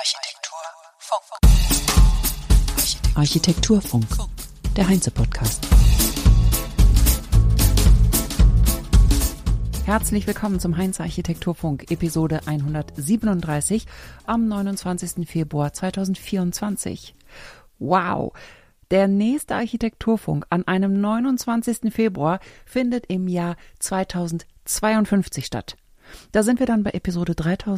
Architekturfunk. Architekturfunk, der Heinze-Podcast. Herzlich willkommen zum Heinze Architekturfunk, Episode 137 am 29. Februar 2024. Wow! Der nächste Architekturfunk an einem 29. Februar findet im Jahr 2052 statt. Da sind wir dann bei Episode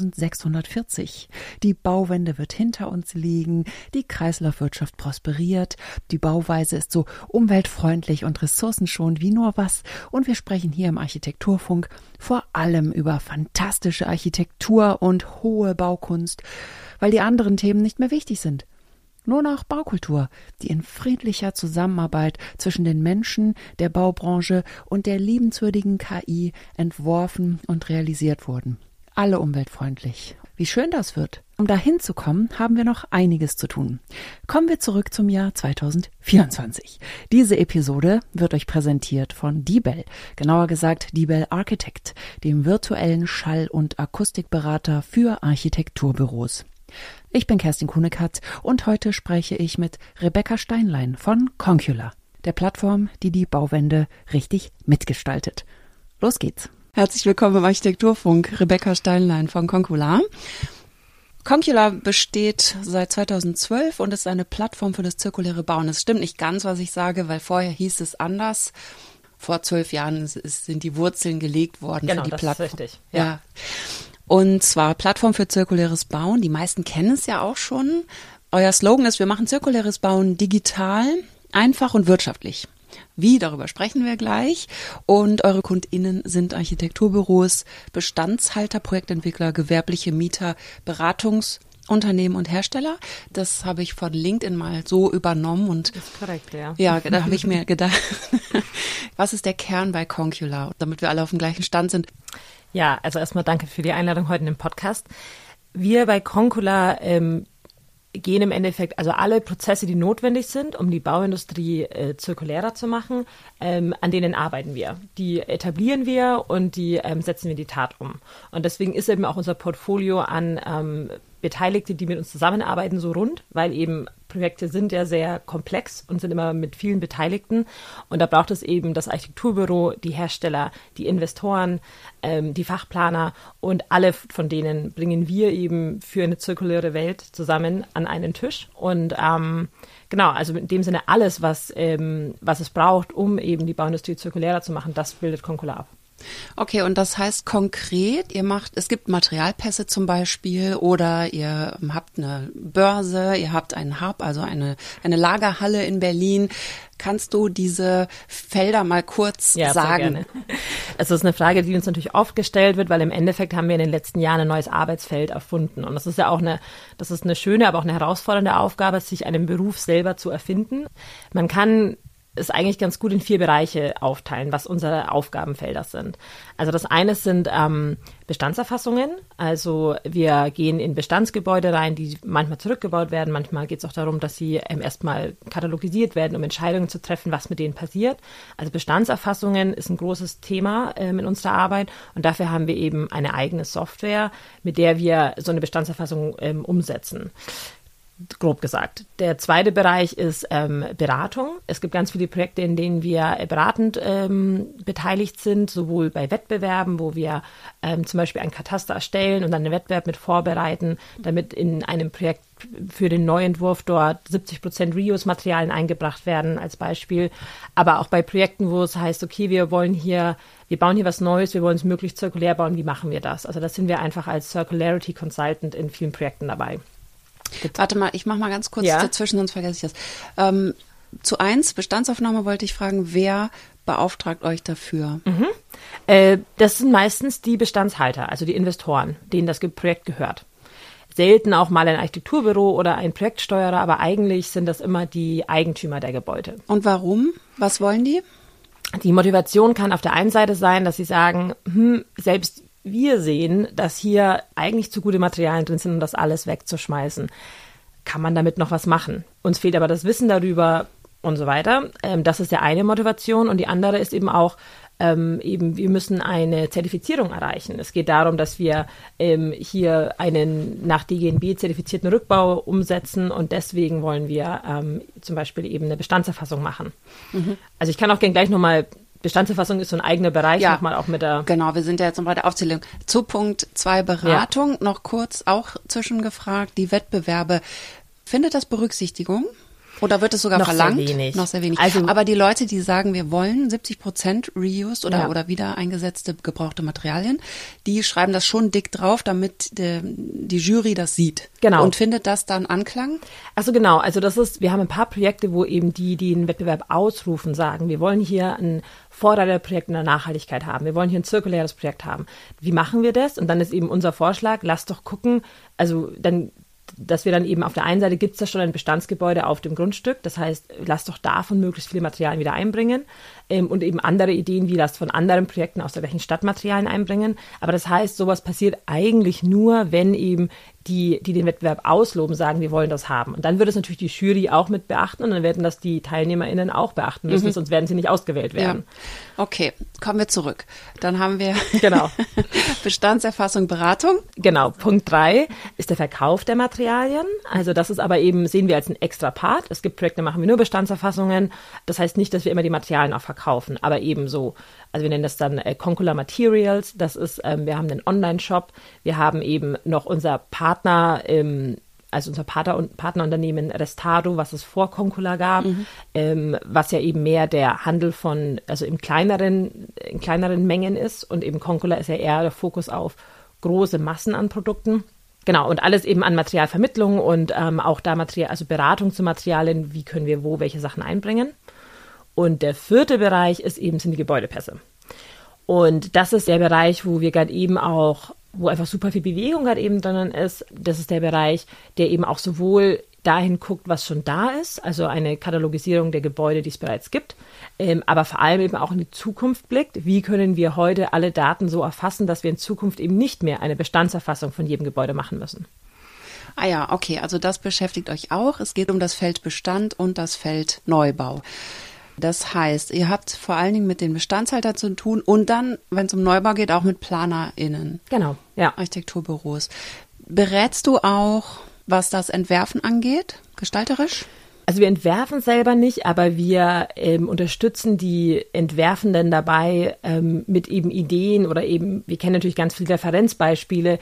3640. Die Bauwende wird hinter uns liegen, die Kreislaufwirtschaft prosperiert, die Bauweise ist so umweltfreundlich und ressourcenschonend wie nur was und wir sprechen hier im Architekturfunk vor allem über fantastische Architektur und hohe Baukunst, weil die anderen Themen nicht mehr wichtig sind. Nur noch Baukultur, die in friedlicher Zusammenarbeit zwischen den Menschen, der Baubranche und der liebenswürdigen KI entworfen und realisiert wurden. Alle umweltfreundlich. Wie schön das wird. Um dahin zu kommen, haben wir noch einiges zu tun. Kommen wir zurück zum Jahr 2024. Diese Episode wird euch präsentiert von Dibel, genauer gesagt Dibel Architect, dem virtuellen Schall- und Akustikberater für Architekturbüros. Ich bin Kerstin Kuhnekatz und heute spreche ich mit Rebecca Steinlein von Concula, der Plattform, die die Bauwende richtig mitgestaltet. Los geht's. Herzlich willkommen im Architekturfunk, Rebecca Steinlein von Concula. Concula besteht seit 2012 und ist eine Plattform für das zirkuläre Bauen. Es stimmt nicht ganz, was ich sage, weil vorher hieß es anders. Vor 12 Jahren sind die Wurzeln gelegt worden für die Plattform. Genau, das ist richtig. Ja. Und zwar Plattform für zirkuläres Bauen. Die meisten kennen es ja auch schon. Euer Slogan ist, wir machen zirkuläres Bauen digital, einfach und wirtschaftlich. Wie, darüber sprechen wir gleich. Und eure KundInnen sind Architekturbüros, Bestandshalter, Projektentwickler, gewerbliche Mieter, Beratungsunternehmen und Hersteller. Das habe ich von LinkedIn mal so übernommen. Und das ist korrekt, ja. Ja, da habe ich mir gedacht, was ist der Kern bei Concula, damit wir alle auf dem gleichen Stand sind. Ja, also erstmal danke für die Einladung heute in den Podcast. Wir bei Concula gehen im Endeffekt, also alle Prozesse, die notwendig sind, um die Bauindustrie zirkulärer zu machen, an denen arbeiten wir. Die etablieren wir und die setzen wir in die Tat um. Und deswegen ist eben auch unser Portfolio an Beteiligte, die mit uns zusammenarbeiten, so rund, weil eben Projekte sind ja sehr komplex und sind immer mit vielen Beteiligten. Und da braucht es eben das Architekturbüro, die Hersteller, die Investoren, die Fachplaner und alle von denen bringen wir eben für eine zirkuläre Welt zusammen an einen Tisch. Und genau, also in dem Sinne alles, was es braucht, um eben die Bauindustrie zirkulärer zu machen, das bildet Concula ab. Okay, und das heißt konkret, es gibt Materialpässe zum Beispiel oder ihr habt eine Börse, ihr habt einen Hub, also eine Lagerhalle in Berlin. Kannst du diese Felder mal kurz sagen? Sehr gerne. Es ist eine Frage, die uns natürlich oft gestellt wird, weil im Endeffekt haben wir in den letzten Jahren ein neues Arbeitsfeld erfunden. Und das ist ja auch eine schöne, aber auch eine herausfordernde Aufgabe, sich einen Beruf selber zu erfinden. Man kann ist eigentlich ganz gut in 4 Bereiche aufteilen, was unsere Aufgabenfelder sind. Also das eine sind Bestandserfassungen. Also wir gehen in Bestandsgebäude rein, die manchmal zurückgebaut werden. Manchmal geht es auch darum, dass sie erstmal katalogisiert werden, um Entscheidungen zu treffen, was mit denen passiert. Also Bestandserfassungen ist ein großes Thema in unserer Arbeit. Und dafür haben wir eben eine eigene Software, mit der wir so eine Bestandserfassung umsetzen. Grob gesagt. Der zweite Bereich ist Beratung. Es gibt ganz viele Projekte, in denen wir beratend beteiligt sind, sowohl bei Wettbewerben, wo wir zum Beispiel ein Kataster erstellen und dann einen Wettbewerb mit vorbereiten, damit in einem Projekt für den Neuentwurf dort 70% Reuse-Materialien eingebracht werden als Beispiel. Aber auch bei Projekten, wo es heißt, okay, wir bauen hier was Neues, wir wollen es möglichst zirkulär bauen, wie machen wir das? Also das sind wir einfach als Circularity Consultant in vielen Projekten dabei. Warte mal, ich mache mal ganz kurz dazwischen, sonst vergesse ich das. Zu 1, Bestandsaufnahme wollte ich fragen, wer beauftragt euch dafür? Das sind meistens die Bestandshalter, also die Investoren, denen das Projekt gehört. Selten auch mal ein Architekturbüro oder ein Projektsteuerer, aber eigentlich sind das immer die Eigentümer der Gebäude. Und warum? Was wollen die? Die Motivation kann auf der einen Seite sein, dass sie sagen, selbst wir sehen, dass hier eigentlich zu gute Materialien drin sind, um das alles wegzuschmeißen. Kann man damit noch was machen? Uns fehlt aber das Wissen darüber, und so weiter. Das ist ja eine Motivation und die andere ist eben auch, wir müssen eine Zertifizierung erreichen. Es geht darum, dass wir hier einen nach DGNB zertifizierten Rückbau umsetzen und deswegen wollen wir zum Beispiel eben eine Bestandserfassung machen. Mhm. Also ich kann auch gerne gleich nochmal, Bestandserfassung ist so ein eigener Bereich, nochmal auch mit der... Genau, wir sind ja jetzt noch bei der Aufzählung. Zu Punkt 2 Beratung, noch kurz auch zwischengefragt, die Wettbewerbe, findet das Berücksichtigung? Oder wird es sogar verlangt? Noch sehr wenig. Also, aber die Leute, die sagen, wir wollen 70% reused oder wieder eingesetzte gebrauchte Materialien, die schreiben das schon dick drauf, damit die Jury das sieht. Genau. Und findet das dann Anklang? Also genau, also wir haben ein paar Projekte, wo eben die den Wettbewerb ausrufen, sagen, wir wollen hier ein Vorreiterprojekt in der Nachhaltigkeit haben, wir wollen hier ein zirkuläres Projekt haben. Wie machen wir das? Und dann ist eben unser Vorschlag, lasst doch gucken, also dann dass wir dann eben auf der einen Seite gibt es da schon ein Bestandsgebäude auf dem Grundstück, das heißt, lasst doch davon möglichst viele Materialien wieder einbringen und eben andere Ideen, wie lasst von anderen Projekten aus der gleichen Stadt Materialien einbringen. Aber das heißt, sowas passiert eigentlich nur, wenn eben die den Wettbewerb ausloben, sagen, wir wollen das haben. Und dann wird es natürlich die Jury auch mit beachten und dann werden das die TeilnehmerInnen auch beachten müssen, sonst werden sie nicht ausgewählt werden. Ja. Okay, kommen wir zurück. Dann haben wir genau. Bestandserfassung, Beratung. Genau, Punkt 3 ist der Verkauf der Materialien. Also das ist aber eben, sehen wir als ein extra Part. Es gibt Projekte, da machen wir nur Bestandserfassungen. Das heißt nicht, dass wir immer die Materialien auch verkaufen, aber eben so. Also wir nennen das dann Concula Materials. Das ist, wir haben einen Online-Shop. Wir haben eben noch unser Partner, also unser Partnerunternehmen Restado, was es vor Concula gab, was ja eben mehr der Handel von, also in kleineren Mengen ist. Und eben Concula ist ja eher der Fokus auf große Massen an Produkten. Genau, und alles eben an Materialvermittlung und auch da also Beratung zu Materialien, wie können wir welche Sachen einbringen. Und der 4. Bereich sind die Gebäudepässe. Und das ist der Bereich, wo wir gerade eben auch, wo einfach super viel Bewegung gerade eben drin ist. Das ist der Bereich, der eben auch sowohl dahin guckt, was schon da ist, also eine Katalogisierung der Gebäude, die es bereits gibt, aber vor allem eben auch in die Zukunft blickt. Wie können wir heute alle Daten so erfassen, dass wir in Zukunft eben nicht mehr eine Bestandserfassung von jedem Gebäude machen müssen? Ah ja, okay, also das beschäftigt euch auch. Es geht um das Feld Bestand und das Feld Neubau. Das heißt, ihr habt vor allen Dingen mit den Bestandshaltern zu tun und dann, wenn es um Neubau geht, auch mit PlanerInnen. Genau, ja. Architekturbüros. Berätst du auch, was das Entwerfen angeht, gestalterisch? Also wir entwerfen selber nicht, aber wir unterstützen die Entwerfenden dabei mit eben Ideen oder eben, wir kennen natürlich ganz viele Referenzbeispiele,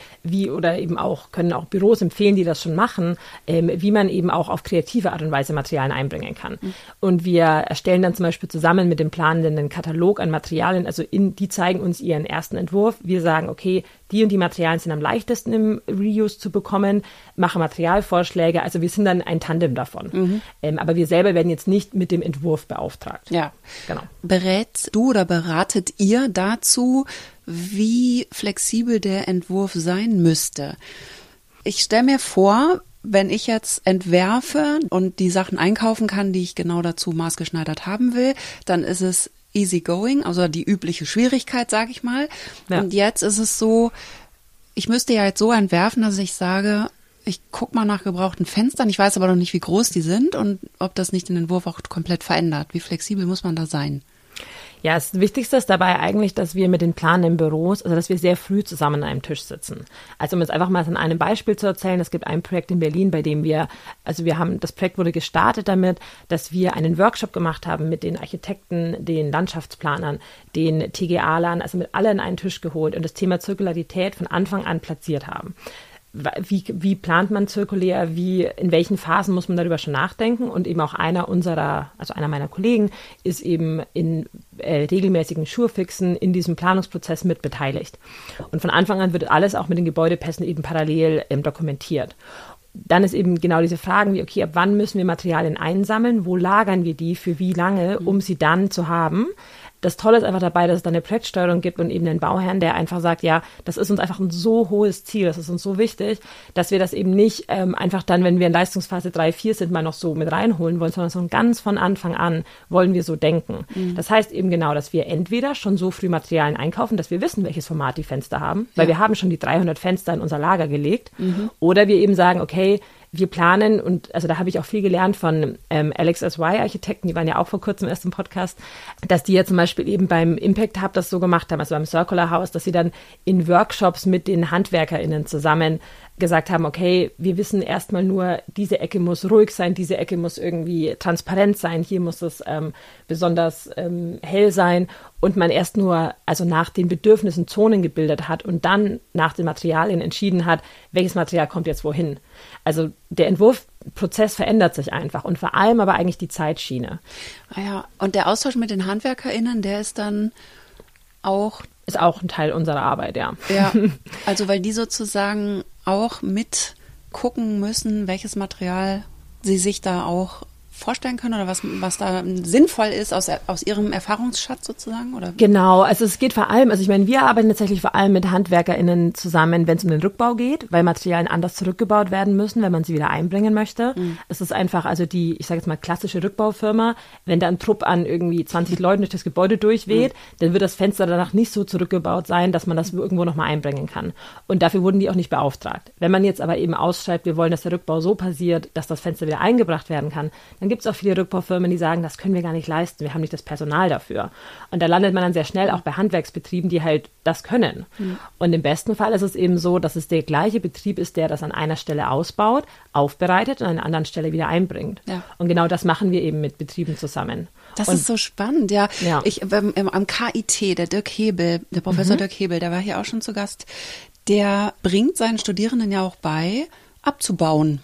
können auch Büros empfehlen, die das schon machen, wie man eben auch auf kreative Art und Weise Materialien einbringen kann. Mhm. Und wir erstellen dann zum Beispiel zusammen mit dem Planenden einen Katalog an Materialien, also die zeigen uns ihren ersten Entwurf. Wir sagen, okay, die und die Materialien sind am leichtesten im Reuse zu bekommen, machen Materialvorschläge, also wir sind dann ein Tandem davon. Mhm. Aber wir selber werden jetzt nicht mit dem Entwurf beauftragt. Ja, genau. Berätst du oder beratet ihr dazu, wie flexibel der Entwurf sein müsste? Ich stelle mir vor, wenn ich jetzt entwerfe und die Sachen einkaufen kann, die ich genau dazu maßgeschneidert haben will, dann ist es easy going, also die übliche Schwierigkeit, sage ich mal. Ja. Und jetzt ist es so, ich müsste ja jetzt so entwerfen, dass ich sage, ich gucke mal nach gebrauchten Fenstern, ich weiß aber noch nicht, wie groß die sind und ob das nicht den Entwurf auch komplett verändert. Wie flexibel muss man da sein? Ja, das Wichtigste ist dabei eigentlich, dass wir mit den planenden Büros, also dass wir sehr früh zusammen an einem Tisch sitzen. Also um jetzt einfach mal an einem Beispiel zu erzählen, es gibt ein Projekt in Berlin, bei dem das Projekt wurde gestartet damit, dass wir einen Workshop gemacht haben mit den Architekten, den Landschaftsplanern, den TGA-Lern, also mit allen an einen Tisch geholt und das Thema Zirkularität von Anfang an platziert haben. Wie plant man zirkulär, in welchen Phasen muss man darüber schon nachdenken und eben auch einer meiner Kollegen ist eben in regelmäßigen Schurfixen in diesem Planungsprozess mit beteiligt. Und von Anfang an wird alles auch mit den Gebäudepässen eben parallel dokumentiert. Dann ist eben genau diese Fragen wie, okay, ab wann müssen wir Materialien einsammeln, wo lagern wir die, für wie lange, um sie dann zu haben. Das Tolle ist einfach dabei, dass es da eine Projektsteuerung gibt und eben einen Bauherrn, der einfach sagt, ja, das ist uns einfach ein so hohes Ziel, das ist uns so wichtig, dass wir das eben nicht einfach dann, wenn wir in Leistungsphase 3, 4 sind, mal noch so mit reinholen wollen, sondern so ganz von Anfang an wollen wir so denken. Mhm. Das heißt eben genau, dass wir entweder schon so früh Materialien einkaufen, dass wir wissen, welches Format die Fenster haben, weil wir haben schon die 300 Fenster in unser Lager gelegt, oder wir eben sagen, okay, wir planen, und also da habe ich auch viel gelernt von Alex S.Y. Architekten, die waren ja auch vor kurzem erst im Podcast, dass die ja zum Beispiel eben beim Impact Hub das so gemacht haben, also beim Circular House, dass sie dann in Workshops mit den HandwerkerInnen zusammen gesagt haben, okay, wir wissen erstmal nur, diese Ecke muss ruhig sein, diese Ecke muss irgendwie transparent sein, hier muss es besonders hell sein, und man erst nur also nach den Bedürfnissen Zonen gebildet hat und dann nach den Materialien entschieden hat, welches Material kommt jetzt wohin. Also der Entwurfprozess verändert sich einfach, und vor allem aber eigentlich die Zeitschiene. Ah ja, und der Austausch mit den HandwerkerInnen, der ist dann auch... Ist auch ein Teil unserer Arbeit, ja. Ja, also weil die sozusagen auch mit gucken müssen, welches Material sie sich da auch vorstellen können oder was da sinnvoll ist aus ihrem Erfahrungsschatz sozusagen, oder? Genau, also es geht vor allem, also ich meine, wir arbeiten tatsächlich vor allem mit HandwerkerInnen zusammen, wenn es um den Rückbau geht, weil Materialien anders zurückgebaut werden müssen, wenn man sie wieder einbringen möchte. Es ist einfach, also die, ich sage jetzt mal, klassische Rückbaufirma, wenn da ein Trupp an irgendwie 20 Leuten durch das Gebäude durchweht, dann wird das Fenster danach nicht so zurückgebaut sein, dass man das irgendwo nochmal einbringen kann. Und dafür wurden die auch nicht beauftragt. Wenn man jetzt aber eben ausschreibt, wir wollen, dass der Rückbau so passiert, dass das Fenster wieder eingebracht werden kann, dann gibt es auch viele Rückbaufirmen, die sagen, das können wir gar nicht leisten, wir haben nicht das Personal dafür. Und da landet man dann sehr schnell auch bei Handwerksbetrieben, die halt das können. Und im besten Fall ist es eben so, dass es der gleiche Betrieb ist, der das an einer Stelle ausbaut, aufbereitet und an einer anderen Stelle wieder einbringt. Ja. Und genau das machen wir eben mit Betrieben zusammen. Das ist so spannend, ja. Ich am KIT, der Dirk Hebel, der Professor Dirk Hebel, der war hier auch schon zu Gast, der bringt seinen Studierenden ja auch bei, abzubauen.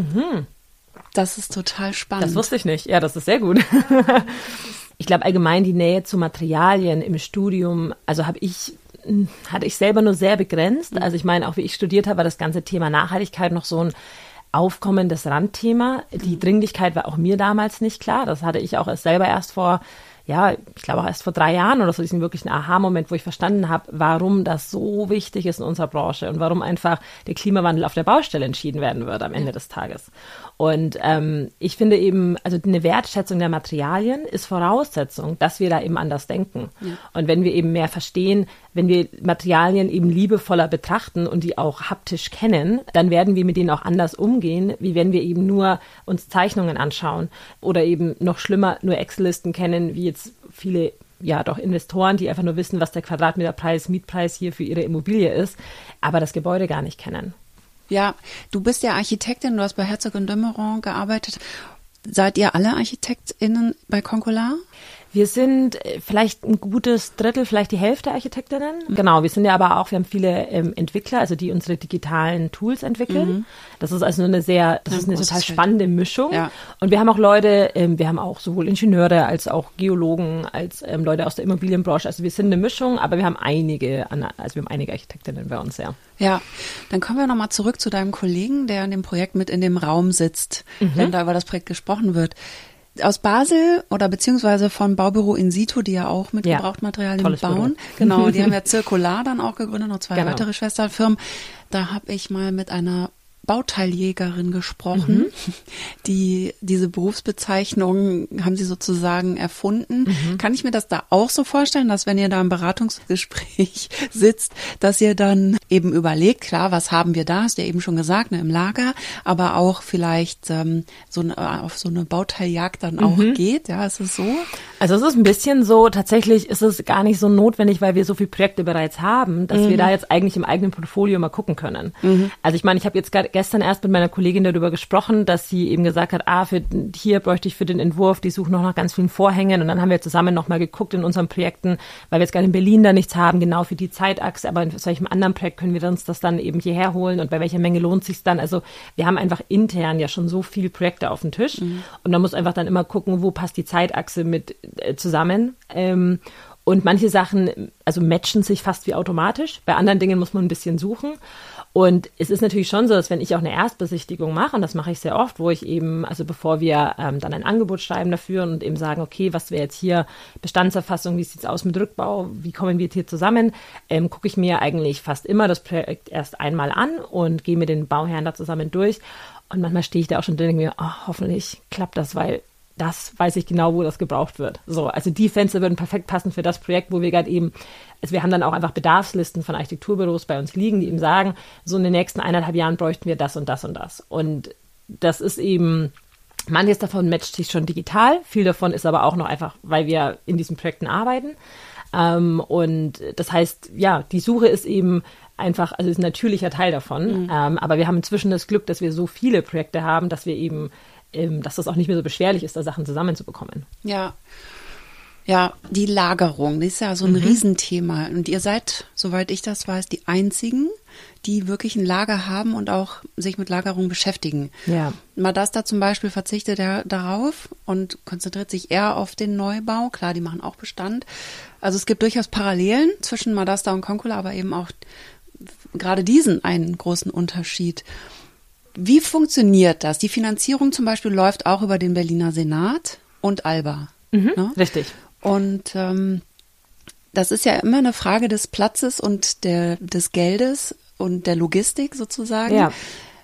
Das ist total spannend. Das wusste ich nicht. Ja, das ist sehr gut. Ich glaube allgemein die Nähe zu Materialien im Studium, also hatte ich selber nur sehr begrenzt. Also ich meine, auch wie ich studiert habe, war das ganze Thema Nachhaltigkeit noch so ein aufkommendes Randthema. Die Dringlichkeit war auch mir damals nicht klar. Das hatte ich auch selber erst vor 3 Jahren oder so, diesen wirklichen Aha-Moment, wo ich verstanden habe, warum das so wichtig ist in unserer Branche und warum einfach der Klimawandel auf der Baustelle entschieden werden wird am Ende des Tages. Und ich finde eben, also eine Wertschätzung der Materialien ist Voraussetzung, dass wir da eben anders denken. Ja. Und wenn wir eben mehr verstehen, wenn wir Materialien eben liebevoller betrachten und die auch haptisch kennen, dann werden wir mit denen auch anders umgehen, wie wenn wir eben nur uns Zeichnungen anschauen oder eben noch schlimmer nur Excel-Listen kennen, wie jetzt viele Investoren, die einfach nur wissen, was der Quadratmeterpreis, Mietpreis hier für ihre Immobilie ist, aber das Gebäude gar nicht kennen. Ja, du bist ja Architektin, du hast bei Herzog & de Meuron gearbeitet. Seid ihr alle ArchitektInnen bei Concolar? Wir sind vielleicht ein gutes Drittel, vielleicht die Hälfte Architektinnen. Genau, wir sind ja aber auch, wir haben viele Entwickler, also die unsere digitalen Tools entwickeln. Das ist also eine total spannende Mischung. Ja. Und wir haben auch Leute, wir haben auch sowohl Ingenieure als auch Geologen, als Leute aus der Immobilienbranche. Also wir sind eine Mischung, aber wir haben einige Architektinnen bei uns, ja. Ja, dann kommen wir nochmal zurück zu deinem Kollegen, der an dem Projekt mit in dem Raum sitzt, wenn da über das Projekt gesprochen wird. Aus Basel oder beziehungsweise von Baubüro In Situ, die ja auch mit Gebrauchtmaterialien bauen. Genau, die haben ja Circular dann auch gegründet, noch 2 weitere Schwesterfirmen. Da habe ich mal mit einer Bauteiljägerin gesprochen, die diese Berufsbezeichnung haben sie sozusagen erfunden. Kann ich mir das da auch so vorstellen, dass wenn ihr da im Beratungsgespräch sitzt, dass ihr dann eben überlegt, klar, was haben wir da, hast du ja eben schon gesagt, im Lager, aber auch vielleicht auf so eine Bauteiljagd dann auch geht, ja, ist es so? Also es ist ein bisschen so, tatsächlich ist es gar nicht so notwendig, weil wir so viele Projekte bereits haben, dass wir da jetzt eigentlich im eigenen Portfolio mal gucken können. Also ich meine, ich habe jetzt gestern erst mit meiner Kollegin darüber gesprochen, dass sie eben gesagt hat, hier bräuchte ich für den Entwurf, die suchen noch nach ganz vielen Vorhängen, und dann haben wir zusammen nochmal geguckt in unseren Projekten, weil wir jetzt gerade in Berlin da nichts haben, genau für die Zeitachse, aber in solchem anderen Projekt können wir uns das dann eben hierher holen, und bei welcher Menge lohnt sich dann? Also wir haben einfach intern ja schon so viele Projekte auf dem Tisch, und man muss einfach dann immer gucken, wo passt die Zeitachse mit zusammen. Und manche Sachen, also matchen sich fast wie automatisch. Bei anderen Dingen muss man ein bisschen suchen. Und es ist natürlich schon so, dass wenn ich auch eine Erstbesichtigung mache, und das mache ich sehr oft, wo ich eben, also bevor wir dann ein Angebot schreiben dafür und eben sagen, okay, was wäre jetzt hier Bestandserfassung, wie sieht es aus mit Rückbau, wie kommen wir hier zusammen, gucke ich mir eigentlich fast immer das Projekt erst einmal an und gehe mit den Bauherren da zusammen durch. Und manchmal stehe ich da auch schon drin und denke mir, hoffentlich klappt das, weil das weiß ich genau, wo das gebraucht wird. So, also die Fenster würden perfekt passen für das Projekt, wo wir gerade eben, also wir haben dann auch einfach Bedarfslisten von Architekturbüros bei uns liegen, die eben sagen, so in den nächsten 1,5 Jahren bräuchten wir das und das und das. Und das ist eben, manches davon matcht sich schon digital, viel davon ist aber auch noch einfach, weil wir in diesen Projekten arbeiten. Und das heißt, ja, die Suche ist eben einfach, also ist ein natürlicher Teil davon. Aber wir haben inzwischen das Glück, dass wir so viele Projekte haben, dass wir eben, dass das auch nicht mehr so beschwerlich ist, da Sachen zusammenzubekommen. Ja. Ja, die Lagerung, das ist ja so ein Riesenthema. Und ihr seid, soweit ich das weiß, die einzigen, die wirklich ein Lager haben und auch sich mit Lagerung beschäftigen. Ja. Madasta zum Beispiel verzichtet ja darauf und konzentriert sich eher auf den Neubau. Klar, die machen auch Bestand. Also es gibt durchaus Parallelen zwischen Madasta und Concula, aber eben auch gerade diesen einen großen Unterschied. Wie funktioniert das? Die Finanzierung zum Beispiel läuft auch über den Berliner Senat und Alba. Ne? Richtig. Und das ist ja immer eine Frage des Platzes und des Geldes und der Logistik sozusagen. Ja.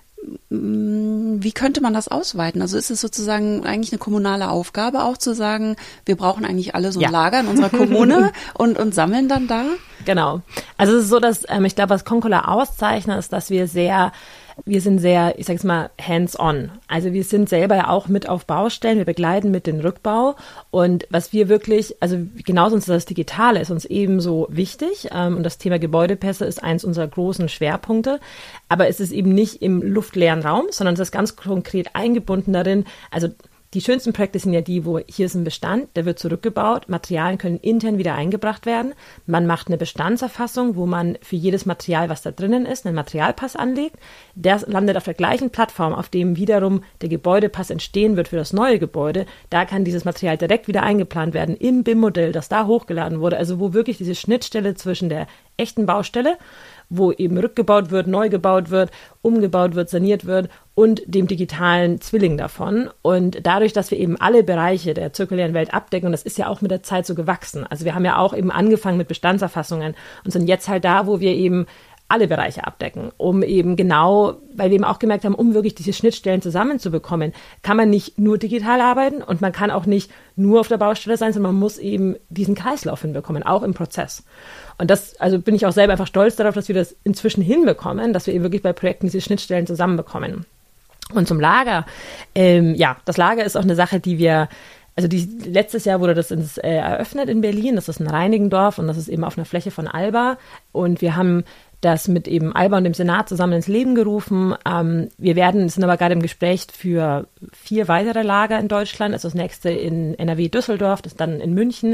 Wie könnte man das ausweiten? Also ist es sozusagen eigentlich eine kommunale Aufgabe auch zu sagen, wir brauchen eigentlich alle so ein Lager in unserer Kommune und sammeln dann da? Genau. Also es ist so, dass ich glaube, was Concula auszeichnet, ist, dass wir sind sehr, ich sag's mal, hands-on. Also wir sind selber ja auch mit auf Baustellen, wir begleiten mit den Rückbau und was wir wirklich, also genauso uns das Digitale ist uns ebenso wichtig und das Thema Gebäudepässe ist eins unserer großen Schwerpunkte, aber es ist eben nicht im luftleeren Raum, sondern es ist ganz konkret eingebunden darin, also die schönsten Projekte sind ja die, wo hier ist ein Bestand, der wird zurückgebaut, Materialien können intern wieder eingebracht werden. Man macht eine Bestandserfassung, wo man für jedes Material, was da drinnen ist, einen Materialpass anlegt. Der landet auf der gleichen Plattform, auf dem wiederum der Gebäudepass entstehen wird für das neue Gebäude. Da kann dieses Material direkt wieder eingeplant werden im BIM-Modell, das da hochgeladen wurde. Also wo wirklich diese Schnittstelle zwischen der echten Baustelle, wo eben rückgebaut wird, neu gebaut wird, umgebaut wird, saniert wird und dem digitalen Zwilling davon. Und dadurch, dass wir eben alle Bereiche der zirkulären Welt abdecken, und das ist ja auch mit der Zeit so gewachsen. Also wir haben ja auch eben angefangen mit Bestandserfassungen und sind jetzt halt da, wo wir eben alle Bereiche abdecken, um eben genau, weil wir eben auch gemerkt haben, um wirklich diese Schnittstellen zusammenzubekommen, kann man nicht nur digital arbeiten und man kann auch nicht nur auf der Baustelle sein, sondern man muss eben diesen Kreislauf hinbekommen, auch im Prozess. Und das, also bin ich auch selber einfach stolz darauf, dass wir das inzwischen hinbekommen, dass wir eben wirklich bei Projekten diese Schnittstellen zusammenbekommen. Und zum Lager, das Lager ist auch eine Sache, die wir, also letztes Jahr wurde das eröffnet in Berlin, das ist ein Reinigendorf und das ist eben auf einer Fläche von Alba und wir haben das mit eben Alba und dem Senat zusammen ins Leben gerufen. Sind aber gerade im Gespräch für 4 weitere Lager in Deutschland. Also das nächste in NRW Düsseldorf, das dann in München.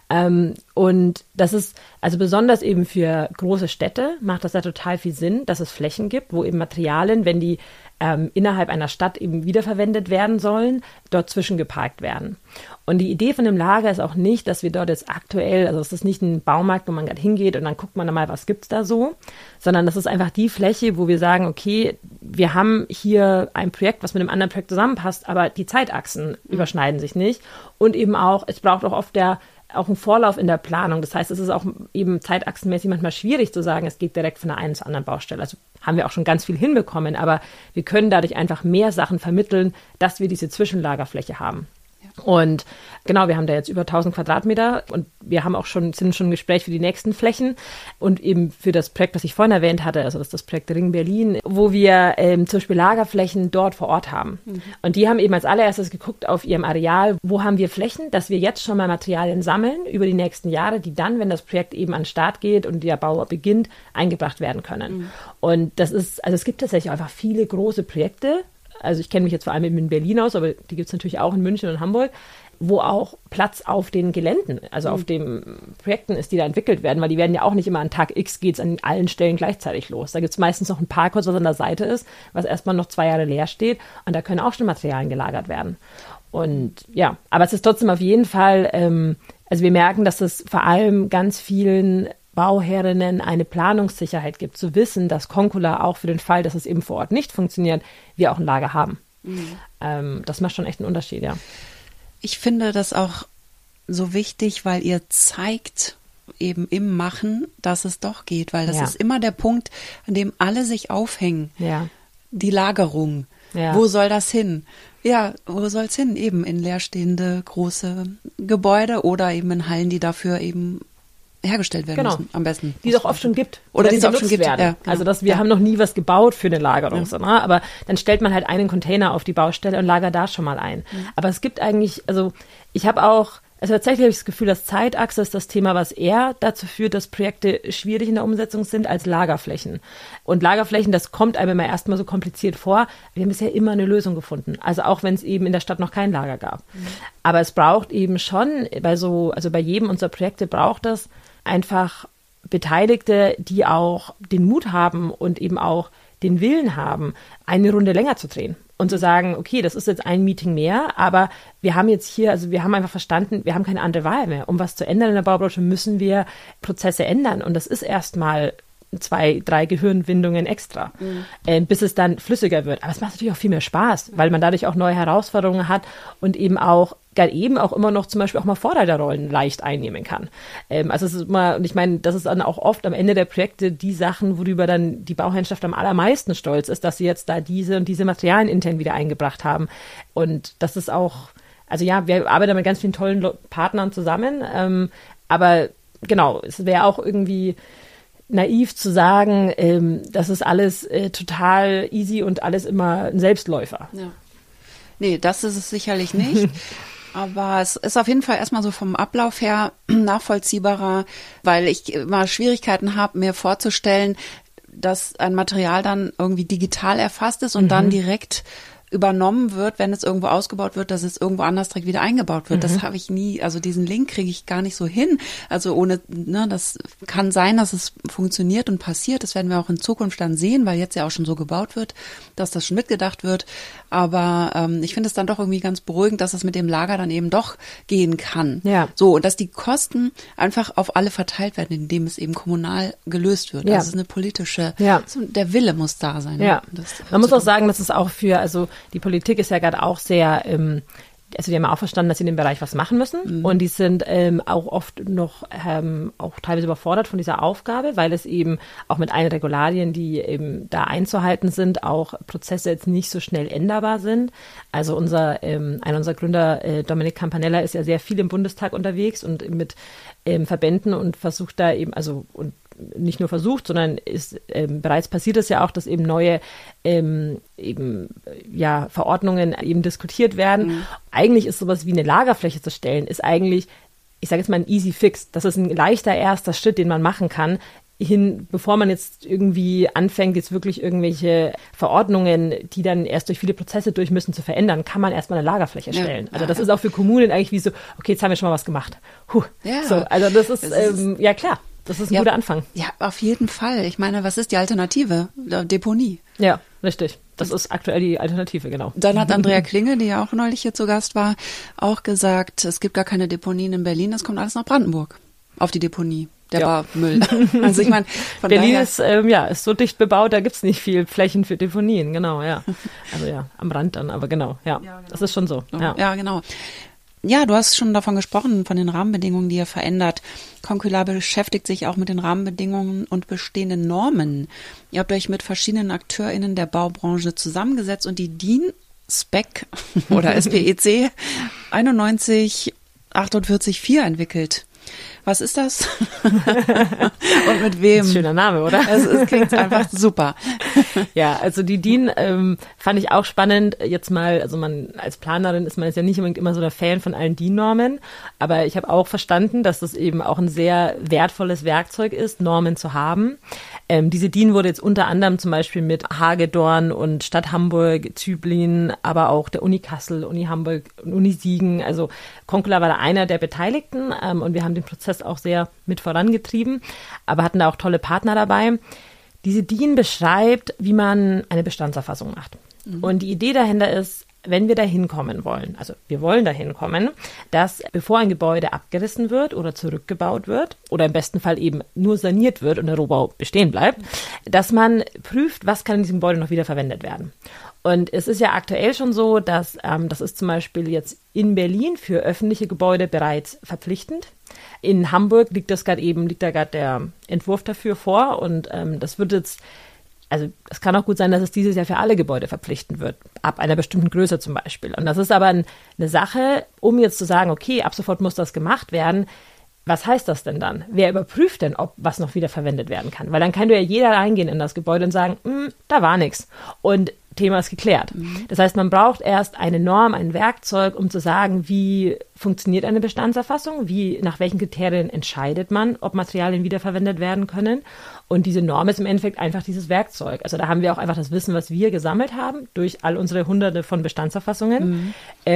Und das ist, also besonders eben für große Städte macht das ja total viel Sinn, dass es Flächen gibt, wo eben Materialien, wenn die innerhalb einer Stadt eben wiederverwendet werden sollen, dort zwischengeparkt werden. Und die Idee von dem Lager ist auch nicht, dass wir dort jetzt aktuell, also es ist nicht ein Baumarkt, wo man gerade hingeht und dann guckt man da mal, was gibt's da so, sondern das ist einfach die Fläche, wo wir sagen, okay, wir haben hier ein Projekt, was mit einem anderen Projekt zusammenpasst, aber die Zeitachsen überschneiden sich nicht und eben auch, es braucht auch oft auch einen Vorlauf in der Planung. Das heißt, es ist auch eben zeitachsenmäßig manchmal schwierig zu sagen, es geht direkt von der einen zur anderen Baustelle. Also haben wir auch schon ganz viel hinbekommen, aber wir können dadurch einfach mehr Sachen vermitteln, dass wir diese Zwischenlagerfläche haben. Und genau, wir haben da jetzt über 1000 Quadratmeter und wir haben auch sind schon im Gespräch für die nächsten Flächen und eben für das Projekt, was ich vorhin erwähnt hatte, also das ist das Projekt Ring Berlin, wo wir zum Beispiel Lagerflächen dort vor Ort haben. Und die haben eben als allererstes geguckt auf ihrem Areal, wo haben wir Flächen, dass wir jetzt schon mal Materialien sammeln über die nächsten Jahre, die dann, wenn das Projekt eben an den Start geht und der Bau beginnt, eingebracht werden können. Und das ist, also es gibt tatsächlich einfach viele große Projekte. Also ich kenne mich jetzt vor allem in Berlin aus, aber die gibt es natürlich auch in München und Hamburg, wo auch Platz auf den Geländen, also auf den Projekten ist, die da entwickelt werden, weil die werden ja auch nicht immer an Tag X geht's an allen Stellen gleichzeitig los. Da gibt es meistens noch ein Parkhaus, was an der Seite ist, was erstmal noch 2 Jahre leer steht und da können auch schon Materialien gelagert werden. Und ja, aber es ist trotzdem auf jeden Fall, also wir merken, dass es vor allem ganz vielen Bauherrinnen eine Planungssicherheit gibt, zu wissen, dass Concula auch für den Fall, dass es eben vor Ort nicht funktioniert, wir auch ein Lager haben. Das macht schon echt einen Unterschied, ja. Ich finde das auch so wichtig, weil ihr zeigt eben im Machen, dass es doch geht, weil das ist immer der Punkt, an dem alle sich aufhängen. Ja. Die Lagerung. Ja. Wo soll das hin? Ja, wo soll es hin? Eben in leerstehende große Gebäude oder eben in Hallen, die dafür eben hergestellt werden müssen, am besten. Die es auch oft schon gibt. Oder die es auch schon gibt. Werden. Ja, genau. Also wir haben noch nie was gebaut für eine Lagerung, so, ne? Aber dann stellt man halt einen Container auf die Baustelle und lagert da schon mal ein. Aber es gibt eigentlich, tatsächlich habe ich das Gefühl, dass Zeitachse ist das Thema, was eher dazu führt, dass Projekte schwierig in der Umsetzung sind als Lagerflächen. Und Lagerflächen, das kommt einem immer erstmal so kompliziert vor. Wir haben bisher immer eine Lösung gefunden. Also auch wenn es eben in der Stadt noch kein Lager gab. Aber es braucht eben schon, bei jedem unserer Projekte braucht es einfach Beteiligte, die auch den Mut haben und eben auch den Willen haben, eine Runde länger zu drehen. Und zu sagen, okay, das ist jetzt ein Meeting mehr, aber wir haben jetzt hier, wir haben einfach verstanden, wir haben keine andere Wahl mehr. Um was zu ändern in der Baubranche, müssen wir Prozesse ändern. Und das ist erstmal 2, 3 Gehirnwindungen extra, bis es dann flüssiger wird. Aber es macht natürlich auch viel mehr Spaß, weil man dadurch auch neue Herausforderungen hat und eben auch immer noch zum Beispiel auch mal Vorreiterrollen leicht einnehmen kann. Es ist immer, und ich meine, das ist dann auch oft am Ende der Projekte die Sachen, worüber dann die Bauherrschaft am allermeisten stolz ist, dass sie jetzt da diese und diese Materialien intern wieder eingebracht haben. Und das ist auch, wir arbeiten mit ganz vielen tollen Partnern zusammen, aber genau, es wäre auch irgendwie naiv zu sagen, das ist alles total easy und alles immer ein Selbstläufer. Ja. Nee, das ist es sicherlich nicht. Aber es ist auf jeden Fall erstmal so vom Ablauf her nachvollziehbarer, weil ich immer Schwierigkeiten habe, mir vorzustellen, dass ein Material dann irgendwie digital erfasst ist und dann direkt übernommen wird, wenn es irgendwo ausgebaut wird, dass es irgendwo anders direkt wieder eingebaut wird. Das habe ich nie, also diesen Link kriege ich gar nicht so hin. Also ohne, das kann sein, dass es funktioniert und passiert. Das werden wir auch in Zukunft dann sehen, weil jetzt ja auch schon so gebaut wird, dass das schon mitgedacht wird. Aber ich finde es dann doch irgendwie ganz beruhigend, dass es mit dem Lager dann eben doch gehen kann. Ja. So, und dass die Kosten einfach auf alle verteilt werden, indem es eben kommunal gelöst wird. Ja. Also es ist eine politische, der Wille muss da sein. Ja. Ne? Man muss auch sagen, dass es auch die Politik ist ja gerade auch sehr, die haben auch verstanden, dass sie in dem Bereich was machen müssen. Und die sind auch oft noch auch teilweise überfordert von dieser Aufgabe, weil es eben auch mit allen Regularien, die eben da einzuhalten sind, auch Prozesse jetzt nicht so schnell änderbar sind. Also einer unserer Gründer, Dominik Campanella, ist ja sehr viel im Bundestag unterwegs und mit Verbänden und versucht da eben, und nicht nur versucht, sondern ist bereits passiert es ja auch, dass eben neue Verordnungen eben diskutiert werden. Eigentlich ist sowas wie eine Lagerfläche zu stellen, ist eigentlich, ich sage jetzt mal, ein easy fix. Das ist ein leichter erster Schritt, den man machen kann, bevor man jetzt irgendwie anfängt, jetzt wirklich irgendwelche Verordnungen, die dann erst durch viele Prozesse durch müssen, zu verändern, kann man erstmal eine Lagerfläche stellen. Also das ist auch für Kommunen eigentlich wie so, okay, jetzt haben wir schon mal was gemacht. So, also das ist, klar. Das ist ein guter Anfang. Ja, auf jeden Fall. Ich meine, was ist die Alternative? Deponie. Ja, richtig. Das ist aktuell die Alternative, genau. Dann hat Andrea Klinge, die ja auch neulich hier zu Gast war, auch gesagt, es gibt gar keine Deponien in Berlin, das kommt alles nach Brandenburg. Auf die Deponie. Der Barmüll. Also ich meine, von Berlin daher ist so dicht bebaut, da gibt's nicht viel Flächen für Deponien, genau, ja. Also am Rand dann, aber genau, ja. Genau. Das ist schon so. Ja, genau. Ja, du hast schon davon gesprochen, von den Rahmenbedingungen, die ihr verändert. Concular beschäftigt sich auch mit den Rahmenbedingungen und bestehenden Normen. Ihr habt euch mit verschiedenen AkteurInnen der Baubranche zusammengesetzt und die DIN SPEC oder SPEC 91484 entwickelt. Was ist das? Und mit wem? Das ist ein schöner Name, oder? Es klingt einfach super. Ja, also die DIN fand ich auch spannend. Jetzt mal, also man als Planerin ist man jetzt ja nicht unbedingt immer so der Fan von allen DIN-Normen, aber ich habe auch verstanden, dass das eben auch ein sehr wertvolles Werkzeug ist, Normen zu haben. Diese DIN wurde jetzt unter anderem zum Beispiel mit Hagedorn und Stadt Hamburg, Züblin, aber auch der Uni Kassel, Uni Hamburg, Uni Siegen. Also Concular war da einer der Beteiligten und wir haben den Prozess auch sehr mit vorangetrieben, aber hatten da auch tolle Partner dabei. Diese DIN beschreibt, wie man eine Bestandserfassung macht. Und die Idee dahinter ist, wenn wir dahin kommen wollen, also wir wollen dahin kommen, dass bevor ein Gebäude abgerissen wird oder zurückgebaut wird oder im besten Fall eben nur saniert wird und der Rohbau bestehen bleibt, dass man prüft, was kann in diesem Gebäude noch wieder verwendet werden. Und es ist ja aktuell schon so, dass das ist zum Beispiel jetzt in Berlin für öffentliche Gebäude bereits verpflichtend. In Hamburg liegt da gerade der Entwurf dafür vor und das wird jetzt, also es kann auch gut sein, dass es dieses Jahr für alle Gebäude verpflichtend wird, ab einer bestimmten Größe zum Beispiel. Und das ist aber eine Sache, um jetzt zu sagen, okay, ab sofort muss das gemacht werden, was heißt das denn dann? Wer überprüft denn, ob was noch wieder verwendet werden kann? Weil dann kann ja jeder reingehen in das Gebäude und sagen, da war nichts. Und Thema ist geklärt. Das heißt, man braucht erst eine Norm, ein Werkzeug, um zu sagen, wie funktioniert eine Bestandserfassung, nach welchen Kriterien entscheidet man, ob Materialien wiederverwendet werden können. Und diese Norm ist im Endeffekt einfach dieses Werkzeug. Also da haben wir auch einfach das Wissen, was wir gesammelt haben, durch all unsere Hunderte von Bestandserfassungen.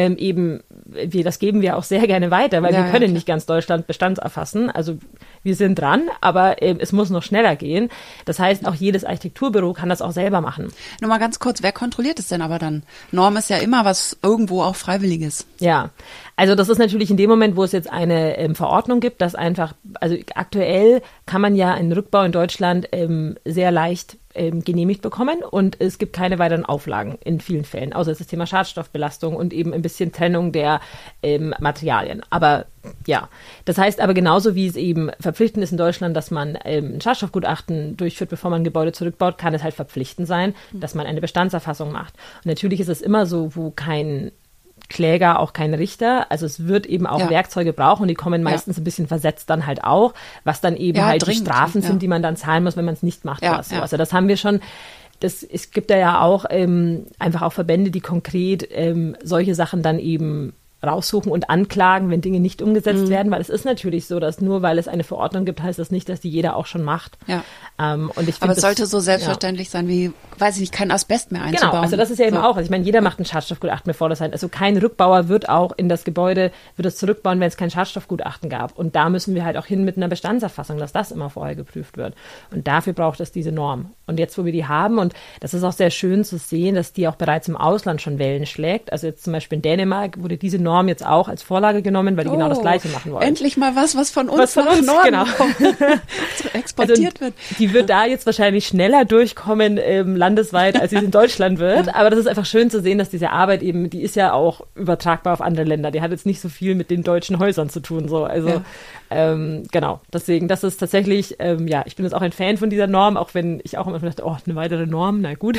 Das geben wir auch sehr gerne weiter, weil wir können nicht ganz Deutschland Bestand erfassen. Also wir sind dran, aber es muss noch schneller gehen. Das heißt, auch jedes Architekturbüro kann das auch selber machen. Nur mal ganz kurz, wer kontrolliert es denn aber dann? Norm ist ja immer was irgendwo auch Freiwilliges. Ja, also das ist natürlich in dem Moment, wo es jetzt eine Verordnung gibt, dass einfach, also aktuell kann man ja einen Rückbau in Deutschland sehr leicht genehmigt bekommen und es gibt keine weiteren Auflagen in vielen Fällen, außer das Thema Schadstoffbelastung und eben ein bisschen Trennung der Materialien. Aber ja, das heißt aber genauso wie es eben verpflichtend ist in Deutschland, dass man ein Schadstoffgutachten durchführt, bevor man ein Gebäude zurückbaut, kann es halt verpflichtend sein, dass man eine Bestandserfassung macht. Und natürlich ist es immer so, wo kein Kläger, auch kein Richter. Also es wird eben auch Werkzeuge brauchen und die kommen meistens ein bisschen versetzt dann halt auch, was dann eben halt dringend, die Strafen sind, die man dann zahlen muss, wenn man es nicht macht. Oder so. Also das haben wir schon. Es gibt ja auch einfach auch Verbände, die konkret solche Sachen dann eben raussuchen und anklagen, wenn Dinge nicht umgesetzt werden, weil es ist natürlich so, dass nur weil es eine Verordnung gibt, heißt das nicht, dass die jeder auch schon macht. Ja. Und ich aber es sollte so selbstverständlich sein wie, weiß ich nicht, kein Asbest mehr einzubauen. Genau, also das ist ja eben auch, also ich meine, jeder macht ein Schadstoffgutachten, bevor das sein. Also kein Rückbauer wird auch in das Gebäude, wird es zurückbauen, wenn es kein Schadstoffgutachten gab. Und da müssen wir halt auch hin mit einer Bestandserfassung, dass das immer vorher geprüft wird. Und dafür braucht es diese Norm. Und jetzt, wo wir die haben, und das ist auch sehr schön zu sehen, dass die auch bereits im Ausland schon Wellen schlägt. Also jetzt zum Beispiel in Dänemark wurde diese Norm jetzt auch als Vorlage genommen, weil die genau das Gleiche machen wollen. Endlich mal was von uns nach Norden kommt, exportiert wird. Die wird da jetzt wahrscheinlich schneller durchkommen landesweit, als sie in Deutschland wird. Aber das ist einfach schön zu sehen, dass diese Arbeit eben, die ist ja auch übertragbar auf andere Länder. Die hat jetzt nicht so viel mit den deutschen Häusern zu tun. So. Also genau, deswegen, das ist tatsächlich, ich bin jetzt auch ein Fan von dieser Norm, auch wenn ich auch immer dachte, eine weitere Norm, na gut.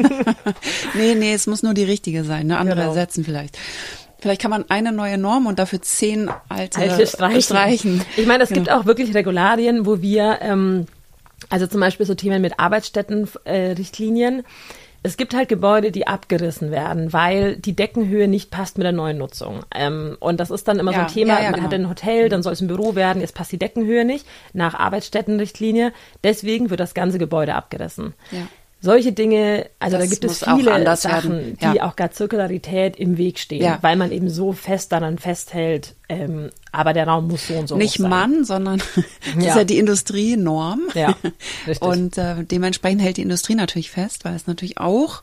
Nee, es muss nur die richtige sein, ne? Andere ersetzen vielleicht. Vielleicht kann man eine neue Norm und dafür 10 alte streichen. Ich meine, es gibt auch wirklich Regularien, wo wir, also zum Beispiel so Themen mit Arbeitsstättenrichtlinien. Es gibt halt Gebäude, die abgerissen werden, weil die Deckenhöhe nicht passt mit der neuen Nutzung. Und das ist dann immer so ein Thema, man hat ein Hotel, dann soll es ein Büro werden, jetzt passt die Deckenhöhe nicht nach Arbeitsstättenrichtlinie. Deswegen wird das ganze Gebäude abgerissen. Ja. Solche Dinge, also da gibt es viele Sachen, die auch gar Zirkularität im Weg stehen, weil man eben so fest daran festhält, aber der Raum muss so und so nicht sein. Man, sondern das ist ja die Industrienorm. Ja, richtig. Und dementsprechend hält die Industrie natürlich fest, weil es natürlich auch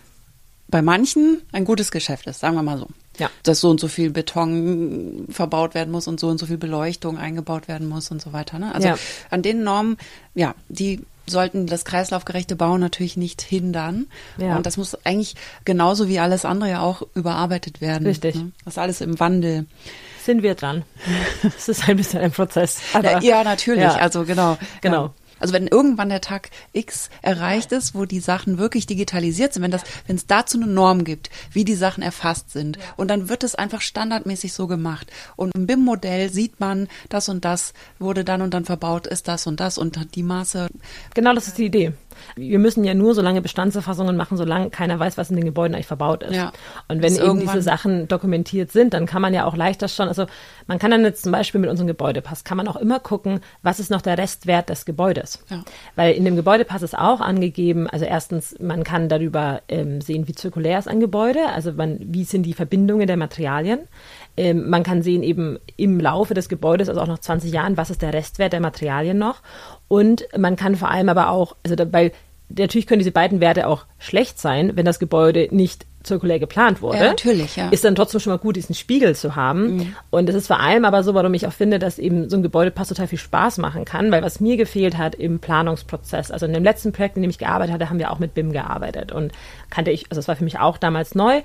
bei manchen ein gutes Geschäft ist, sagen wir mal so. Ja. Dass so und so viel Beton verbaut werden muss und so viel Beleuchtung eingebaut werden muss und so weiter. Ne? Also an den Normen, die sollten das kreislaufgerechte Bauen natürlich nicht hindern. Ja. Und das muss eigentlich genauso wie alles andere ja auch überarbeitet werden. Richtig. Ne? Das ist alles im Wandel. Sind wir dran. Das ist ein bisschen ein Prozess. Aber, ja, natürlich. Ja. Also genau. Genau. Also wenn irgendwann der Tag X erreicht ist, wo die Sachen wirklich digitalisiert sind, wenn es dazu eine Norm gibt, wie die Sachen erfasst sind, und dann wird es einfach standardmäßig so gemacht. Und im BIM-Modell sieht man, das und das wurde dann und dann verbaut, ist das und die Maße. Genau, das ist die Idee. Wir müssen ja nur so lange Bestandserfassungen machen, solange keiner weiß, was in den Gebäuden eigentlich verbaut ist. Ja. Und wenn eben diese Sachen dokumentiert sind, dann kann man ja auch leichter schon, also man kann dann jetzt zum Beispiel mit unserem Gebäudepass, kann man auch immer gucken, was ist noch der Restwert des Gebäudes. Ja. Weil in dem Gebäudepass ist auch angegeben, also erstens, man kann darüber sehen, wie zirkulär ist ein Gebäude, also wie sind die Verbindungen der Materialien. Man kann sehen eben im Laufe des Gebäudes, also auch nach 20 Jahren, was ist der Restwert der Materialien noch. Und man kann vor allem aber auch, weil natürlich können diese beiden Werte auch schlecht sein, wenn das Gebäude nicht zirkulär geplant wurde. Ja, natürlich, ja. Ist dann trotzdem schon mal gut, diesen Spiegel zu haben. Mhm. Und es ist vor allem aber so, warum ich auch finde, dass eben so ein Gebäudepass total viel Spaß machen kann, weil was mir gefehlt hat im Planungsprozess, also in dem letzten Projekt, in dem ich gearbeitet hatte, haben wir auch mit BIM gearbeitet und das war für mich auch damals neu.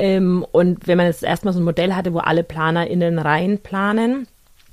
Und wenn man jetzt erstmal so ein Modell hatte, wo alle PlanerInnen rein planen,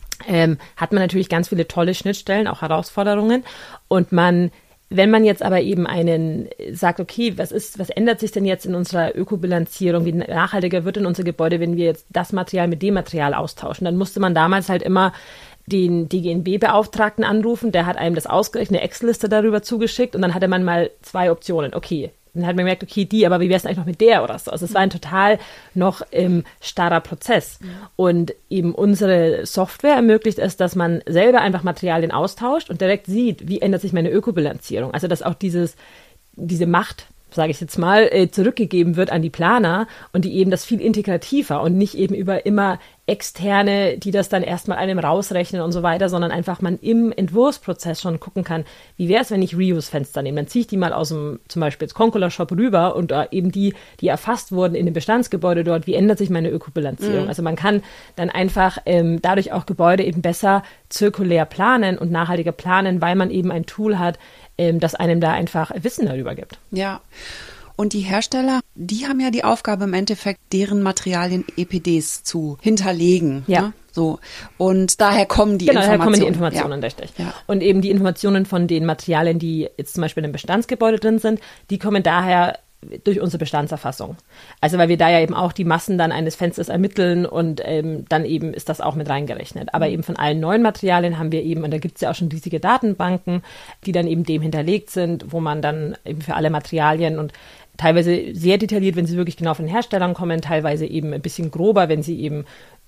hat man natürlich ganz viele tolle Schnittstellen, auch Herausforderungen. Und wenn man jetzt aber eben sagt, okay, was ändert sich denn jetzt in unserer Ökobilanzierung? Wie nachhaltiger wird denn unser Gebäude, wenn wir jetzt das Material mit dem Material austauschen? Dann musste man damals halt immer den DGNB-Beauftragten anrufen, der hat einem das ausgerechnet, eine Excel-Liste darüber zugeschickt und dann hatte man mal 2 Optionen. Okay, dann hat man gemerkt, okay, die, aber wie wäre es eigentlich noch mit der oder so? Also es war ein total noch starrer Prozess. Und eben unsere Software ermöglicht es, dass man selber einfach Materialien austauscht und direkt sieht, wie ändert sich meine Ökobilanzierung. Also dass auch diese Macht, sage ich jetzt mal, zurückgegeben wird an die Planer und die eben das viel integrativer und nicht eben über immer Externe, die das dann erstmal einem rausrechnen und so weiter, sondern einfach man im Entwurfsprozess schon gucken kann, wie wäre es, wenn ich Reuse-Fenster nehme. Dann ziehe ich die mal aus dem, zum Beispiel jetzt Concula-Shop rüber und eben die erfasst wurden in dem Bestandsgebäude dort, wie ändert sich meine Ökobilanzierung? Also man kann dann einfach dadurch auch Gebäude eben besser zirkulär planen und nachhaltiger planen, weil man eben ein Tool hat, das einem da einfach Wissen darüber gibt. Ja. Und die Hersteller, die haben ja die Aufgabe im Endeffekt, deren Materialien EPDs zu hinterlegen. Ja. Ne? So. Und daher kommen die Informationen. Daher kommen die Informationen, ja. richtig. Ja. Und eben die Informationen von den Materialien, die jetzt zum Beispiel in einem Bestandsgebäude drin sind, die kommen daher durch unsere Bestandserfassung. Also weil wir da ja eben auch die Massen dann eines Fensters ermitteln und dann eben ist das auch mit reingerechnet. Aber eben von allen neuen Materialien haben wir eben, und da gibt es ja auch schon riesige Datenbanken, die dann eben dem hinterlegt sind, wo man dann eben für alle Materialien und teilweise sehr detailliert, wenn sie wirklich genau von den Herstellern kommen, teilweise eben ein bisschen grober, wenn sie eben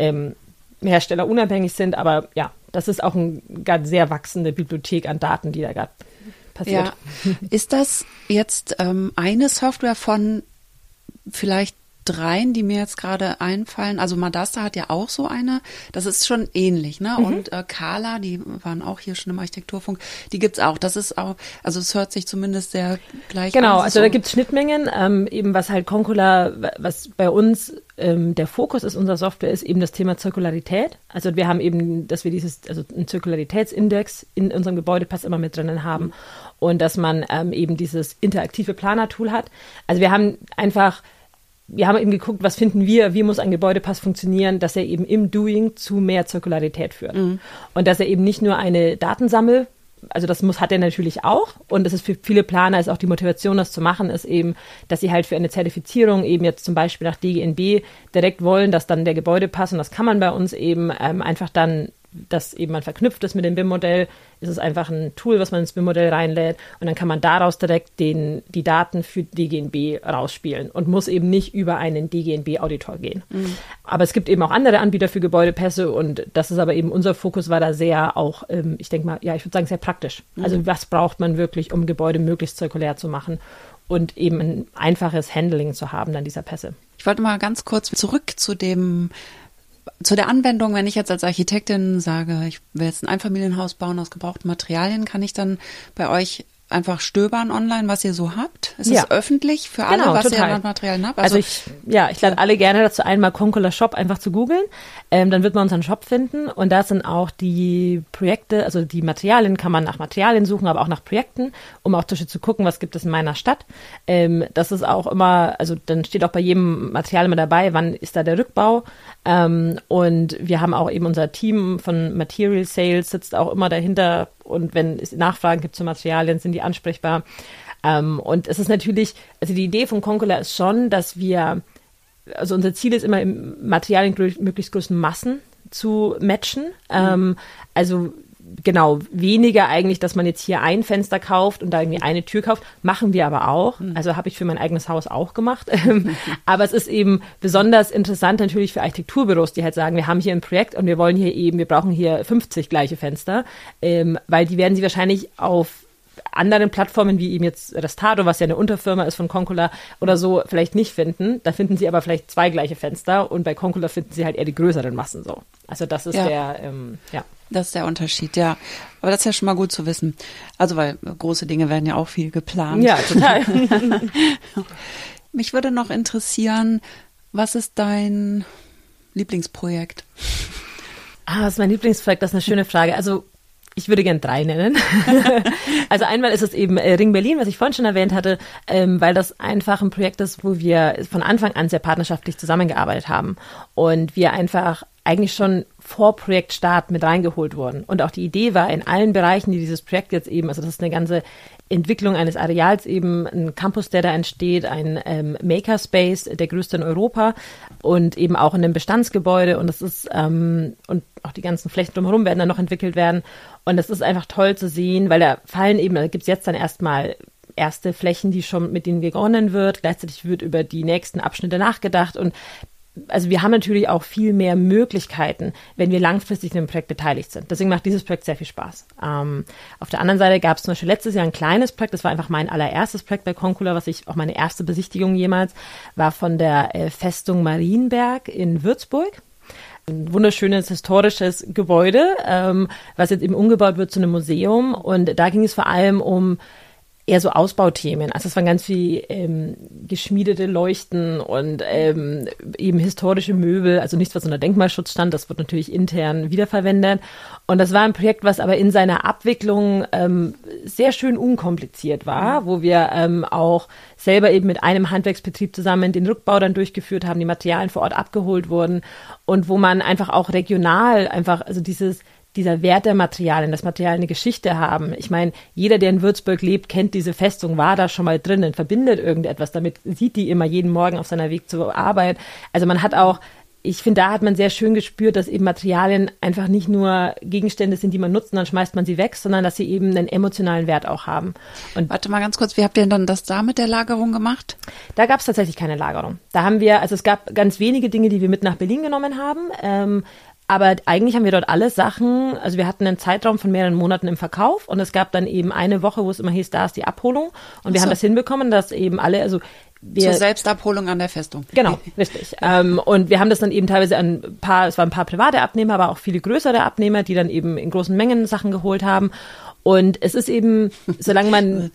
herstellerunabhängig sind. Aber ja, das ist auch eine ganz sehr wachsende Bibliothek an Daten, die da gerade passiert. Ja. Ist das jetzt eine Software von vielleicht 3, die mir jetzt gerade einfallen? Also Madasta hat ja auch so eine. Das ist schon ähnlich, ne? Und Carla, die waren auch hier schon im Architekturfunk, die gibt's auch. Das ist auch, also es hört sich zumindest sehr gleich an. Genau, also da gibt's Schnittmengen. Eben was halt Concula, was bei uns der Fokus ist unserer Software, ist eben das Thema Zirkularität. Also wir haben eben, dass wir einen Zirkularitätsindex in unserem Gebäudepass immer mit drinnen haben und dass man eben dieses interaktive Planer-Tool hat. Also wir haben eben geguckt, was finden wir, wie muss ein Gebäudepass funktionieren, dass er eben im Doing zu mehr Zirkularität führt. Und dass er eben nicht nur eine Datensammel, also hat er natürlich auch, und das ist für viele Planer, ist auch die Motivation, das zu machen, ist eben, dass sie halt für eine Zertifizierung eben jetzt zum Beispiel nach DGNB direkt wollen, dass dann der Gebäudepass, und das kann man bei uns eben einfach dann, dass eben man verknüpft ist mit dem BIM-Modell, ist es einfach ein Tool, was man ins BIM-Modell reinlädt und dann kann man daraus direkt die Daten für DGNB rausspielen und muss eben nicht über einen DGNB-Auditor gehen. Aber es gibt eben auch andere Anbieter für Gebäudepässe und das ist aber eben unser Fokus, war da sehr auch, ich denke mal, ja, ich würde sagen, sehr praktisch. Also was braucht man wirklich, um Gebäude möglichst zirkulär zu machen und eben ein einfaches Handling zu haben dann dieser Pässe. Ich wollte mal ganz kurz zurück zu der Anwendung, wenn ich jetzt als Architektin sage, ich will jetzt ein Einfamilienhaus bauen aus gebrauchten Materialien, kann ich dann bei euch einfach stöbern online, was ihr so habt? Ist es öffentlich für alle, was ihr an Materialien habt? Also ich lade alle gerne dazu ein, mal Concula Shop einfach zu googeln. Dann wird man unseren Shop finden und da sind auch die Projekte, also die Materialien kann man nach Materialien suchen, aber auch nach Projekten, um auch zu gucken, was gibt es in meiner Stadt. Das ist auch immer, also dann steht auch bei jedem Material immer dabei, wann ist da der Rückbau. Und wir haben auch eben unser Team von Material Sales sitzt auch immer dahinter und wenn es Nachfragen gibt zu Materialien, sind die ansprechbar. Und es ist natürlich, also die Idee von Concula ist schon, dass also unser Ziel ist immer, im Materialien möglichst größten Massen zu matchen. Also genau, weniger eigentlich, dass man jetzt hier ein Fenster kauft und da irgendwie eine Tür kauft, machen wir aber auch. Also habe ich für mein eigenes Haus auch gemacht. Aber es ist eben besonders interessant natürlich für Architekturbüros, die halt sagen, wir haben hier ein Projekt und wir brauchen hier 50 gleiche Fenster, weil die werden sie wahrscheinlich auf anderen Plattformen wie eben jetzt Restado, was ja eine Unterfirma ist von Concula oder so, vielleicht nicht finden. Da finden sie aber vielleicht 2 gleiche Fenster und bei Concula finden sie halt eher die größeren Massen so. Also das ist Das ist der Unterschied, ja. Aber das ist ja schon mal gut zu wissen. Also weil große Dinge werden ja auch viel geplant. Ja, total. Mich würde noch interessieren, was ist dein Lieblingsprojekt? Was ist mein Lieblingsprojekt? Das ist eine schöne Frage. Also ich würde gern 3 nennen. Also einmal ist es eben Ring Berlin, was ich vorhin schon erwähnt hatte, weil das einfach ein Projekt ist, wo wir von Anfang an sehr partnerschaftlich zusammengearbeitet haben und wir einfach eigentlich schon vor Projektstart mit reingeholt wurden. Und auch die Idee war, in allen Bereichen, die dieses Projekt jetzt eben, also das ist eine ganze Entwicklung eines Areals eben, ein Campus, der da entsteht, ein Makerspace, der größte in Europa und eben auch in einem Bestandsgebäude und das ist, und auch die ganzen Flächen drumherum werden dann noch entwickelt werden und das ist einfach toll zu sehen, weil da gibt es jetzt dann erstmal erste Flächen, mit denen begonnen wird, gleichzeitig wird über die nächsten Abschnitte nachgedacht und also wir haben natürlich auch viel mehr Möglichkeiten, wenn wir langfristig in einem Projekt beteiligt sind. Deswegen macht dieses Projekt sehr viel Spaß. Auf der anderen Seite gab es zum Beispiel letztes Jahr ein kleines Projekt, das war einfach mein allererstes Projekt bei Concula, auch meine erste Besichtigung jemals, war von der Festung Marienberg in Würzburg. Ein wunderschönes historisches Gebäude, was jetzt eben umgebaut wird zu einem Museum. Und da ging es vor allem um eher so Ausbauthemen. Also es waren ganz viel geschmiedete Leuchten und eben historische Möbel, also nichts, was unter Denkmalschutz stand, das wird natürlich intern wiederverwendet. Und das war ein Projekt, was aber in seiner Abwicklung sehr schön unkompliziert war, wo wir auch selber eben mit einem Handwerksbetrieb zusammen den Rückbau dann durchgeführt haben, die Materialien vor Ort abgeholt wurden und wo man einfach auch regional also dieser Wert der Materialien, dass Materialien eine Geschichte haben. Ich meine, jeder, der in Würzburg lebt, kennt diese Festung, war da schon mal drinnen, verbindet irgendetwas damit, sieht die immer jeden Morgen auf seiner Weg zur Arbeit. Also man hat auch, ich finde, da hat man sehr schön gespürt, dass eben Materialien einfach nicht nur Gegenstände sind, die man nutzt und dann schmeißt man sie weg, sondern dass sie eben einen emotionalen Wert auch haben. Und warte mal ganz kurz, wie habt ihr denn dann das da mit der Lagerung gemacht? Da gab es tatsächlich keine Lagerung. Also es gab ganz wenige Dinge, die wir mit nach Berlin genommen haben, aber eigentlich haben wir dort alle Sachen, also wir hatten einen Zeitraum von mehreren Monaten im Verkauf und es gab dann eben eine Woche, wo es immer hieß, da ist die Abholung und wir haben das hinbekommen, dass eben alle, zur Selbstabholung an der Festung. Genau, richtig. Und wir haben das dann eben teilweise es waren ein paar private Abnehmer, aber auch viele größere Abnehmer, die dann eben in großen Mengen Sachen geholt haben. Und es ist eben, solange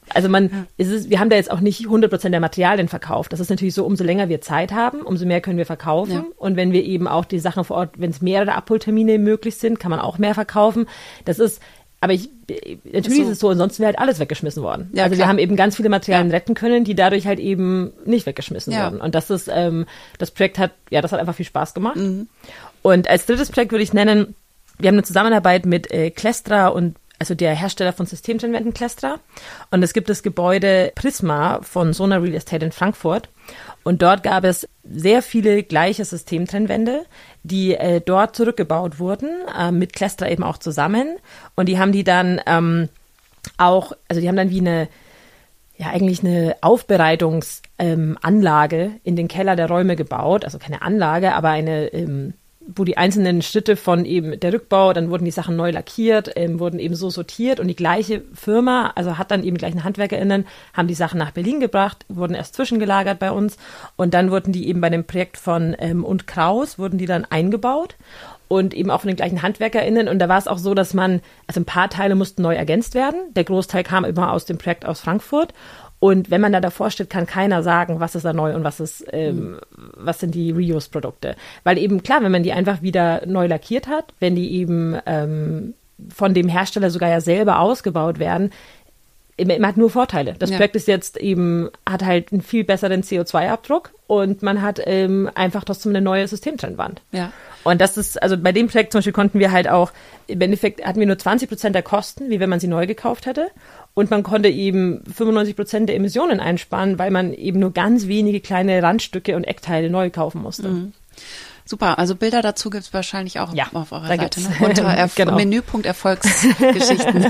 wir haben da jetzt auch nicht 100% der Materialien verkauft. Das ist natürlich so, umso länger wir Zeit haben, umso mehr können wir verkaufen. Ja. Und wenn wir eben auch die Sachen vor Ort, wenn es mehrere Abholtermine möglich sind, kann man auch mehr verkaufen. Natürlich ist es so, ansonsten wäre halt alles weggeschmissen worden. Ja, also klar. Wir haben eben ganz viele Materialien retten können, die dadurch halt eben nicht weggeschmissen wurden. Und das ist, das Projekt hat einfach viel Spaß gemacht. Mhm. Und als drittes Projekt würde ich nennen, wir haben eine Zusammenarbeit mit Klestra also der Hersteller von Systemtrennwänden Klestra. Und es gibt das Gebäude Prisma von Sona Real Estate in Frankfurt. Und dort gab es sehr viele gleiche Systemtrennwände, die dort zurückgebaut wurden, mit Klestra eben auch zusammen. Und die haben die dann die haben dann wie eine Aufbereitungsanlage in den Keller der Räume gebaut. Also keine Anlage, aber wo die einzelnen Schritte von eben der Rückbau, dann wurden die Sachen neu lackiert, wurden eben so sortiert und die gleiche Firma, also hat dann eben die gleichen HandwerkerInnen, haben die Sachen nach Berlin gebracht, wurden erst zwischengelagert bei uns und dann wurden die eben bei dem Projekt von und Kraus, wurden die dann eingebaut und eben auch von den gleichen HandwerkerInnen und da war es auch so, dass ein paar Teile mussten neu ergänzt werden, der Großteil kam immer aus dem Projekt aus Frankfurt. Und wenn man da davor steht, kann keiner sagen, was ist da neu und was sind die Reuse-Produkte. Weil eben klar, wenn man die einfach wieder neu lackiert hat, wenn die eben von dem Hersteller sogar ja selber ausgebaut werden, man hat nur Vorteile. Das Projekt ist jetzt eben, hat halt einen viel besseren CO2-Abdruck und man hat einfach trotzdem eine neue Systemtrennwand. Ja. Und das ist, also bei dem Projekt zum Beispiel konnten wir halt auch, im Endeffekt hatten wir nur 20% der Kosten, wie wenn man sie neu gekauft hätte. Und man konnte eben 95% der Emissionen einsparen, weil man eben nur ganz wenige kleine Randstücke und Eckteile neu kaufen musste. Mhm. Super, also Bilder dazu gibt es wahrscheinlich auch auf eurer Seite, ne? Unter genau. Menüpunkt Erfolgsgeschichten.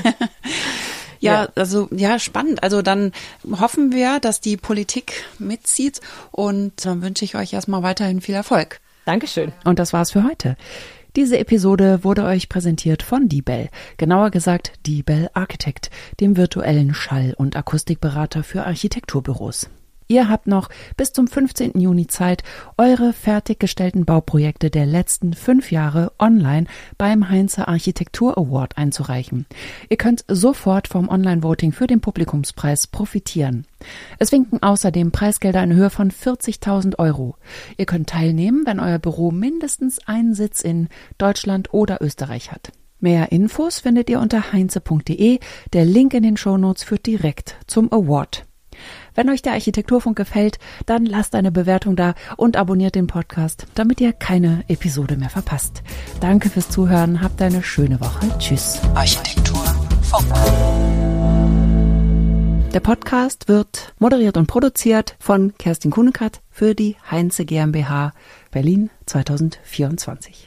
Spannend. Also dann hoffen wir, dass die Politik mitzieht und dann wünsche ich euch erstmal weiterhin viel Erfolg. Dankeschön. Und das war's für heute. Diese Episode wurde euch präsentiert von Dibel, genauer gesagt Dibel Architect, dem virtuellen Schall- und Akustikberater für Architekturbüros. Ihr habt noch bis zum 15. Juni Zeit, eure fertiggestellten Bauprojekte der letzten 5 Jahre online beim Heinze Architektur Award einzureichen. Ihr könnt sofort vom Online-Voting für den Publikumspreis profitieren. Es winken außerdem Preisgelder in Höhe von 40.000 €. Ihr könnt teilnehmen, wenn euer Büro mindestens einen Sitz in Deutschland oder Österreich hat. Mehr Infos findet ihr unter heinze.de. Der Link in den Shownotes führt direkt zum Award. Wenn euch der Architekturfunk gefällt, dann lasst eine Bewertung da und abonniert den Podcast, damit ihr keine Episode mehr verpasst. Danke fürs Zuhören, habt eine schöne Woche. Tschüss. Architekturfunk. Der Podcast wird moderiert und produziert von Kerstin Kuhnekatz für die Heinze GmbH Berlin 2024.